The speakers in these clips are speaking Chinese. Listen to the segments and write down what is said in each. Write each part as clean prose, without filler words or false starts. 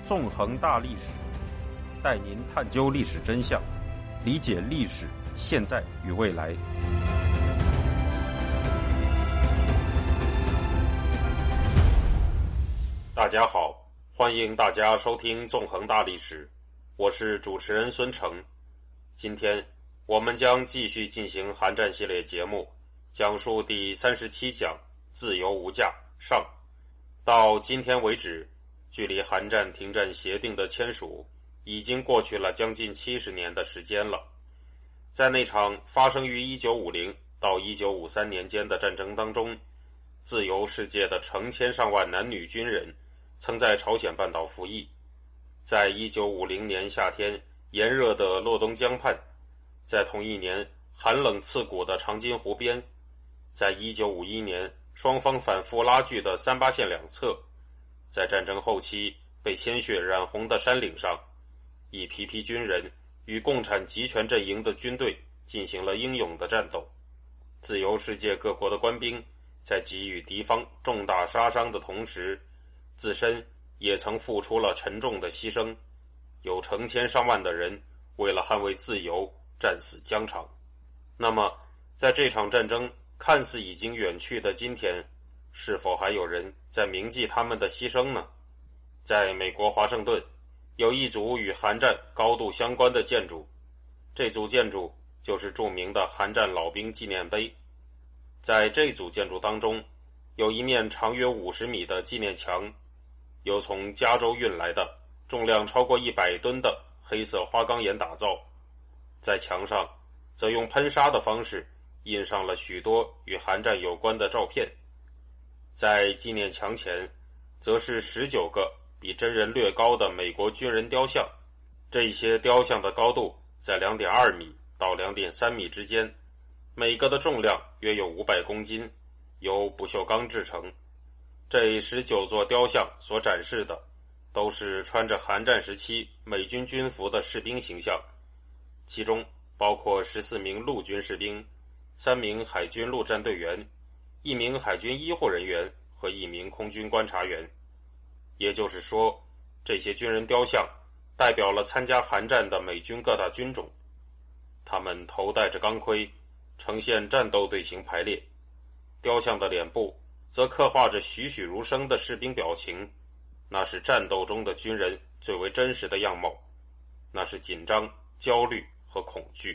纵横大历史，带您探究历史真相，理解历史现在与未来。大家好，欢迎大家收听纵横大历史，我是主持人孙成。今天我们将继续进行韩战系列节目，讲述第37讲自由无价上。到今天为止，距离韩战停战协定的签署已经过去了将近70年的时间了。在那场发生于1950到1953年间的战争当中，自由世界的成千上万男女军人曾在朝鲜半岛服役，在1950年夏天炎热的洛东江畔，在同一年寒冷刺骨的长津湖边，在1951年双方反复拉锯的三八线两侧，在战争后期被鲜血染红的山岭上，一批批军人与共产集权阵营的军队进行了英勇的战斗。自由世界各国的官兵在给予敌方重大杀伤的同时，自身也曾付出了沉重的牺牲，有成千上万的人为了捍卫自由战死疆场。那么在这场战争看似已经远去的今天，是否还有人在铭记他们的牺牲呢？在美国华盛顿有一组与韩战高度相关的建筑，这组建筑就是著名的韩战老兵纪念碑。在这组建筑当中，有一面长约50米的纪念墙，由从加州运来的重量超过100吨的黑色花岗岩打造。在墙上则用喷砂的方式印上了许多与韩战有关的照片。在纪念墙前则是19个比真人略高的美国军人雕像，这些雕像的高度在 2.2 米到 2.3 米之间，每个的重量约有500公斤，由不锈钢制成。这19座雕像所展示的都是穿着韩战时期美军军服的士兵形象，其中包括14名陆军士兵、3名海军陆战队员、1名海军医护人员和1名空军观察员。也就是说，这些军人雕像代表了参加韩战的美军各大军种，他们头戴着钢盔，呈现战斗队形排列。雕像的脸部则刻画着栩栩如生的士兵表情，那是战斗中的军人最为真实的样貌，那是紧张、焦虑和恐惧。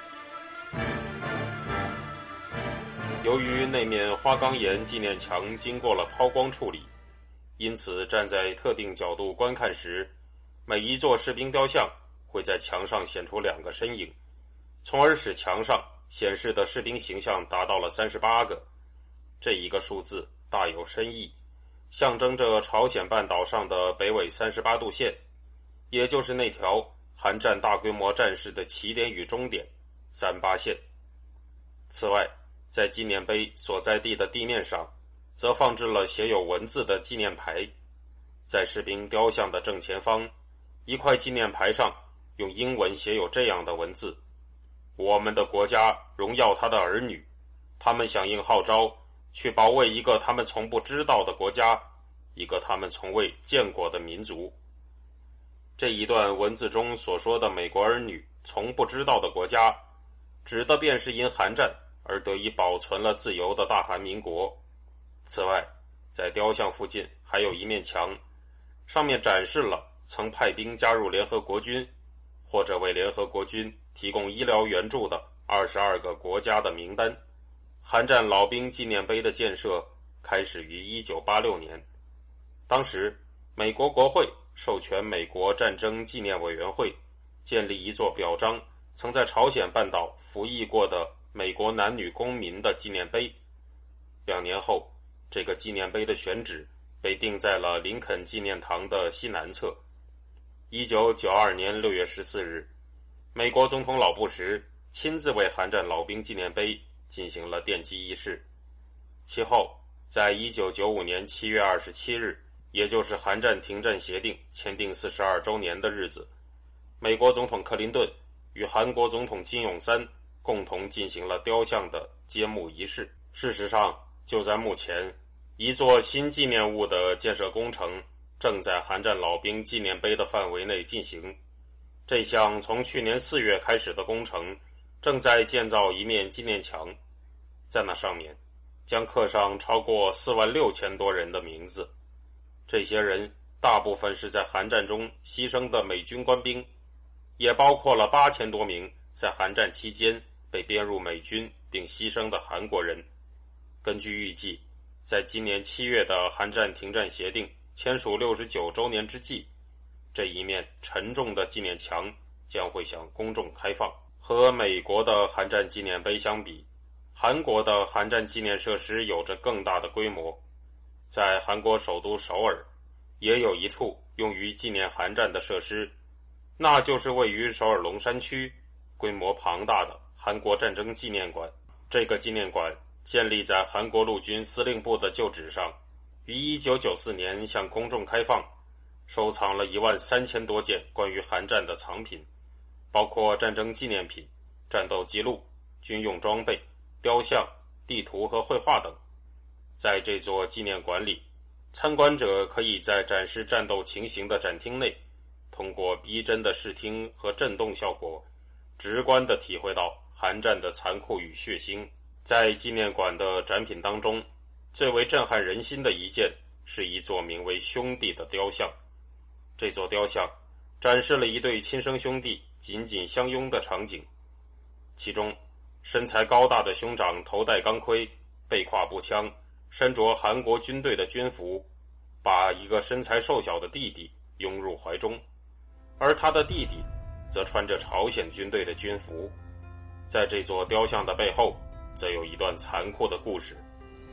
由于那面花岗岩纪念墙经过了抛光处理，因此站在特定角度观看时，每一座士兵雕像会在墙上显出2个身影，从而使墙上显示的士兵形象达到了38个。这一个数字大有深意，象征着朝鲜半岛上的北纬38度线，也就是那条韩战大规模战事的起点与终点38线。此外，在纪念碑所在地的地面上则放置了写有文字的纪念牌。在士兵雕像的正前方，一块纪念牌上用英文写有这样的文字：我们的国家荣耀他的儿女，他们响应号召去保卫一个他们从不知道的国家，一个他们从未见过的民族。这一段文字中所说的美国儿女从不知道的国家，指的便是因韩战而得以保存了自由的大韩民国。此外，在雕像附近还有一面墙，上面展示了曾派兵加入联合国军或者为联合国军提供医疗援助的22个国家的名单。韩战老兵纪念碑的建设开始于1986年，当时美国国会授权美国战争纪念委员会建立一座表彰曾在朝鲜半岛服役过的美国男女公民的纪念碑。2年后，这个纪念碑的选址被定在了林肯纪念堂的西南侧。1992年6月14日，美国总统老布什亲自为韩战老兵纪念碑进行了奠基仪式。其后，在1995年7月27日，也就是韩战停战协定签订42周年的日子，美国总统克林顿与韩国总统金泳三共同进行了雕像的揭幕仪式。事实上，就在目前，一座新纪念物的建设工程正在韩战老兵纪念碑的范围内进行。这项从去年4月开始的工程正在建造一面纪念墙，在那上面将刻上超过46000多人的名字。这些人大部分是在韩战中牺牲的美军官兵，也包括了8000多名在韩战期间被编入美军并牺牲的韩国人。根据预计，在今年7月的韩战停战协定签署69周年之际，这一面沉重的纪念墙将会向公众开放。和美国的韩战纪念碑相比，韩国的韩战纪念设施有着更大的规模。在韩国首都首尔，也有一处用于纪念韩战的设施，那就是位于首尔龙山区、规模庞大的韩国战争纪念馆。这个纪念馆建立在韩国陆军司令部的旧址上，于1994年向公众开放，收藏了13000多件关于韩战的藏品，包括战争纪念品、战斗记录、军用装备、雕像、地图和绘画等。在这座纪念馆里，参观者可以在展示战斗情形的展厅内，通过逼真的视听和震动效果，直观地体会到韩战的残酷与血腥。在纪念馆的展品当中，最为震撼人心的一件是一座名为兄弟的雕像。这座雕像展示了一对亲生兄弟紧紧相拥的场景，其中身材高大的兄长头戴钢盔，背挎步枪，身着韩国军队的军服，把一个身材瘦小的弟弟拥入怀中，而他的弟弟则穿着朝鲜军队的军服。在这座雕像的背后，则有一段残酷的故事。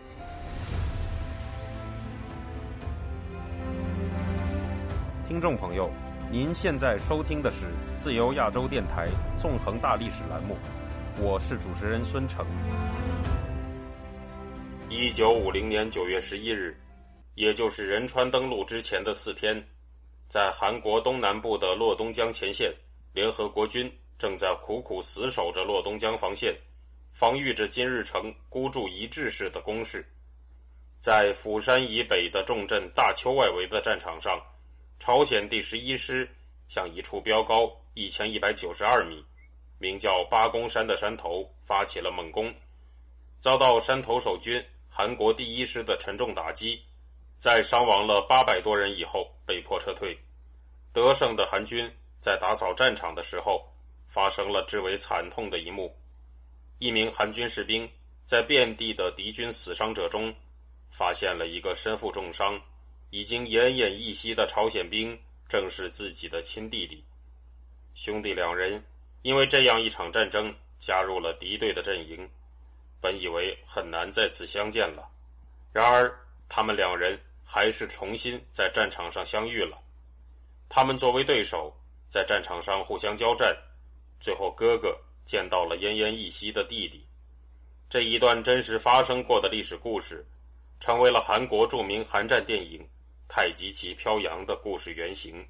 听众朋友，您现在收听的是自由亚洲电台纵横大历史栏目，我是主持人孙成。1950年9月11日，也就是仁川登陆之前的4天，在韩国东南部的洛东江前线，联合国军正在苦苦死守着洛东江防线，防御着金日成孤注一掷式的攻势。在釜山以北的重镇大邱外围的战场上，朝鲜第11师向一处标高1192米、名叫八公山的山头发起了猛攻，遭到山头守军韩国第1师的沉重打击，在伤亡了800多人以后被迫撤退。得胜的韩军在打扫战场的时候，发生了至为惨痛的一幕。一名韩军士兵在遍地的敌军死伤者中，发现了一个身负重伤、已经奄奄一息的朝鲜兵，正是自己的亲弟弟。兄弟两人因为这样一场战争加入了敌对的阵营，本以为很难再次相见了，然而他们两人还是重新在战场上相遇了。他们作为对手，在战场上互相交战，最后哥哥见到了奄奄一息的弟弟。这一段真实发生过的历史故事，成为了韩国著名韩战电影《太极旗飘扬》的故事原型。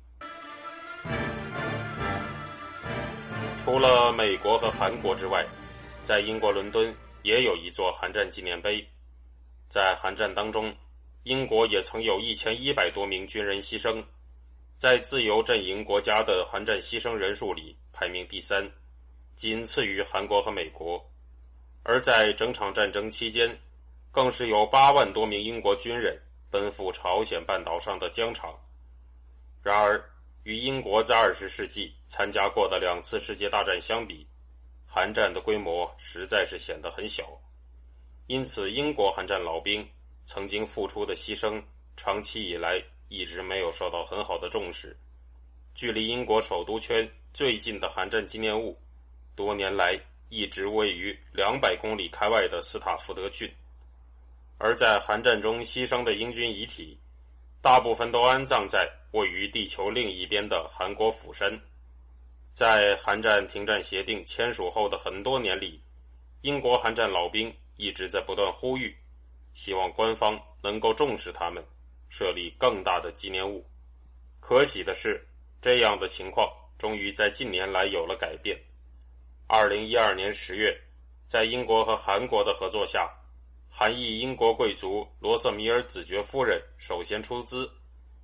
除了美国和韩国之外，在英国伦敦也有一座韩战纪念碑。在韩战当中，英国也曾有1100多名军人牺牲，在自由阵营国家的韩战牺牲人数里排名第3，仅次于韩国和美国。而在整场战争期间，更是有8万多名英国军人奔赴朝鲜半岛上的疆场。然而，与英国在20世纪参加过的2次世界大战相比，韩战的规模实在是显得很小。因此，英国韩战老兵曾经付出的牺牲，长期以来一直没有受到很好的重视。距离英国首都圈最近的韩战纪念物，多年来一直位于200公里开外的斯塔福德郡。而在韩战中牺牲的英军遗体，大部分都安葬在位于地球另一边的韩国釜山。在韩战停战协定签署后的很多年里，英国韩战老兵一直在不断呼吁，希望官方能够重视他们，设立更大的纪念物。可喜的是，这样的情况终于在近年来有了改变。2012年10月，在英国和韩国的合作下，韩裔英国贵族罗瑟米尔子爵夫人首先出资，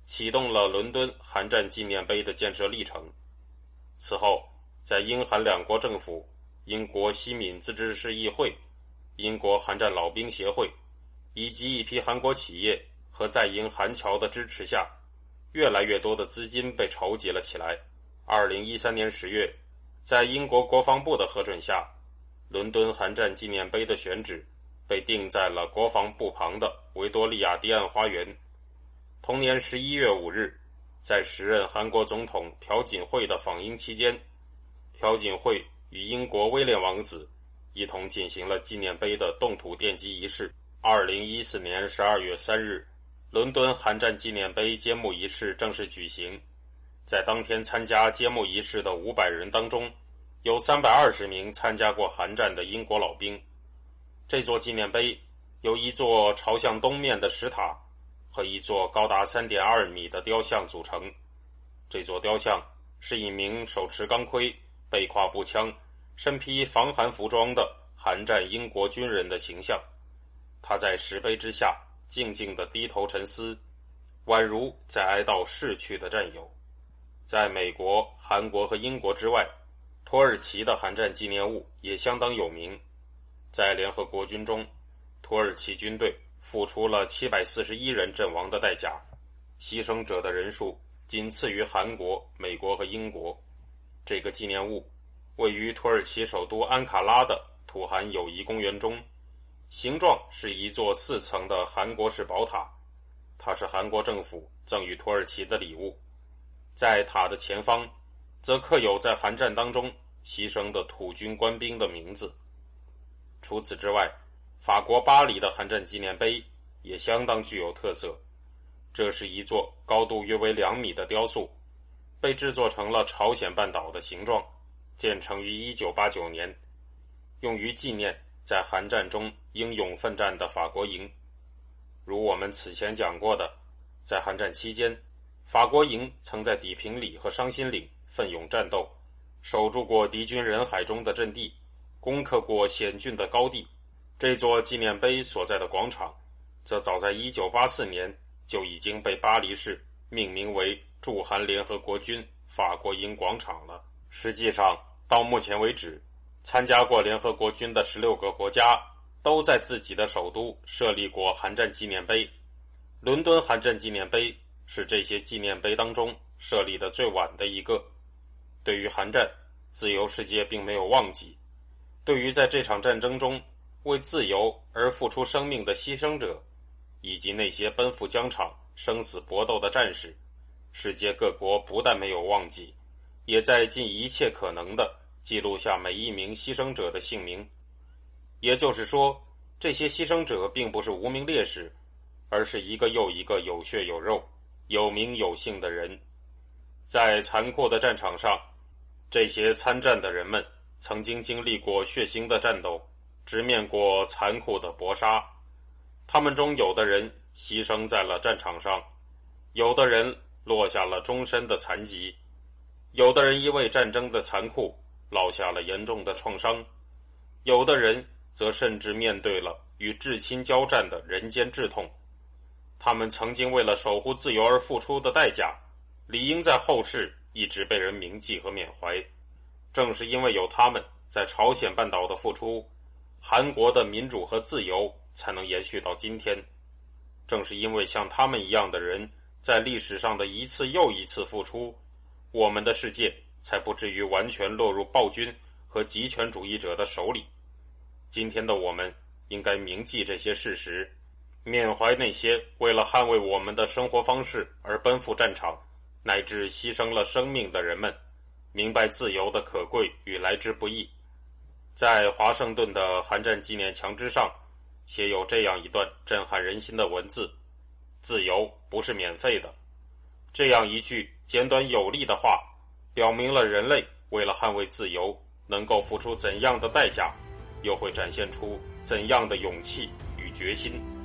启动了伦敦韩战纪念碑的建设历程。此后，在英韩两国政府、英国西敏自治市议会、英国韩战老兵协会以及一批韩国企业和在英韩侨的支持下，越来越多的资金被筹集了起来。2013年10月，在英国国防部的核准下，伦敦韩战纪念碑的选址被定在了国防部旁的维多利亚堤岸花园。同年11月5日，在时任韩国总统朴槿惠的访英期间，朴槿惠与英国威廉王子一同进行了纪念碑的动土奠基仪式。2014年12月3日，伦敦韩战纪念碑揭幕仪式正式举行。在当天参加揭幕仪式的500人当中，有320名参加过韩战的英国老兵。这座纪念碑由一座朝向东面的石塔和一座高达 3.2 米的雕像组成。这座雕像是一名手持钢盔、背挎步枪、身披防寒服装的韩战英国军人的形象。他在石碑之下静静地低头沉思，宛如在哀悼逝去的战友。在美国、韩国和英国之外，土耳其的韩战纪念物也相当有名。在联合国军中，土耳其军队付出了741人阵亡的代价，牺牲者的人数仅次于韩国、美国和英国。这个纪念物位于土耳其首都安卡拉的土韩友谊公园中，形状是一座4层的韩国式宝塔，它是韩国政府赠予土耳其的礼物。在塔的前方，则刻有在韩战当中牺牲的土军官兵的名字。除此之外，法国巴黎的韩战纪念碑也相当具有特色。这是一座高度约为2米的雕塑，被制作成了朝鲜半岛的形状，建成于1989年，用于纪念在韩战中英勇奋战的法国营。如我们此前讲过的，在韩战期间，法国营曾在底平里和伤心岭奋勇战斗，守住过敌军人海中的阵地，攻克过险峻的高地。这座纪念碑所在的广场则早在1984年就已经被巴黎市命名为驻韩联合国军法国营广场了。实际上，到目前为止，参加过联合国军的16个国家都在自己的首都设立过韩战纪念碑。伦敦韩战纪念碑是这些纪念碑当中设立的最晚的一个。对于韩战，自由世界并没有忘记。对于在这场战争中为自由而付出生命的牺牲者，以及那些奔赴疆场生死搏斗的战士，世界各国不但没有忘记，也在尽一切可能的记录下每一名牺牲者的姓名。也就是说，这些牺牲者并不是无名烈士，而是一个又一个有血有肉、有名有姓的人。在残酷的战场上，这些参战的人们曾经经历过血腥的战斗，直面过残酷的搏杀。他们中有的人牺牲在了战场上，有的人落下了终身的残疾，有的人因为战争的残酷落下了严重的创伤，有的人则甚至面对了与至亲交战的人间至痛。他们曾经为了守护自由而付出的代价，理应在后世一直被人铭记和缅怀。正是因为有他们在朝鲜半岛的付出，韩国的民主和自由才能延续到今天。正是因为像他们一样的人在历史上的一次又一次付出，我们的世界才不至于完全落入暴君和极权主义者的手里。今天的我们应该铭记这些事实，缅怀那些为了捍卫我们的生活方式而奔赴战场乃至牺牲了生命的人们，明白自由的可贵与来之不易。在华盛顿的韩战纪念墙之上写有这样一段震撼人心的文字：自由不是免费的。这样一句简短有力的话，表明了人类为了捍卫自由能够付出怎样的代价，又会展现出怎样的勇气与决心。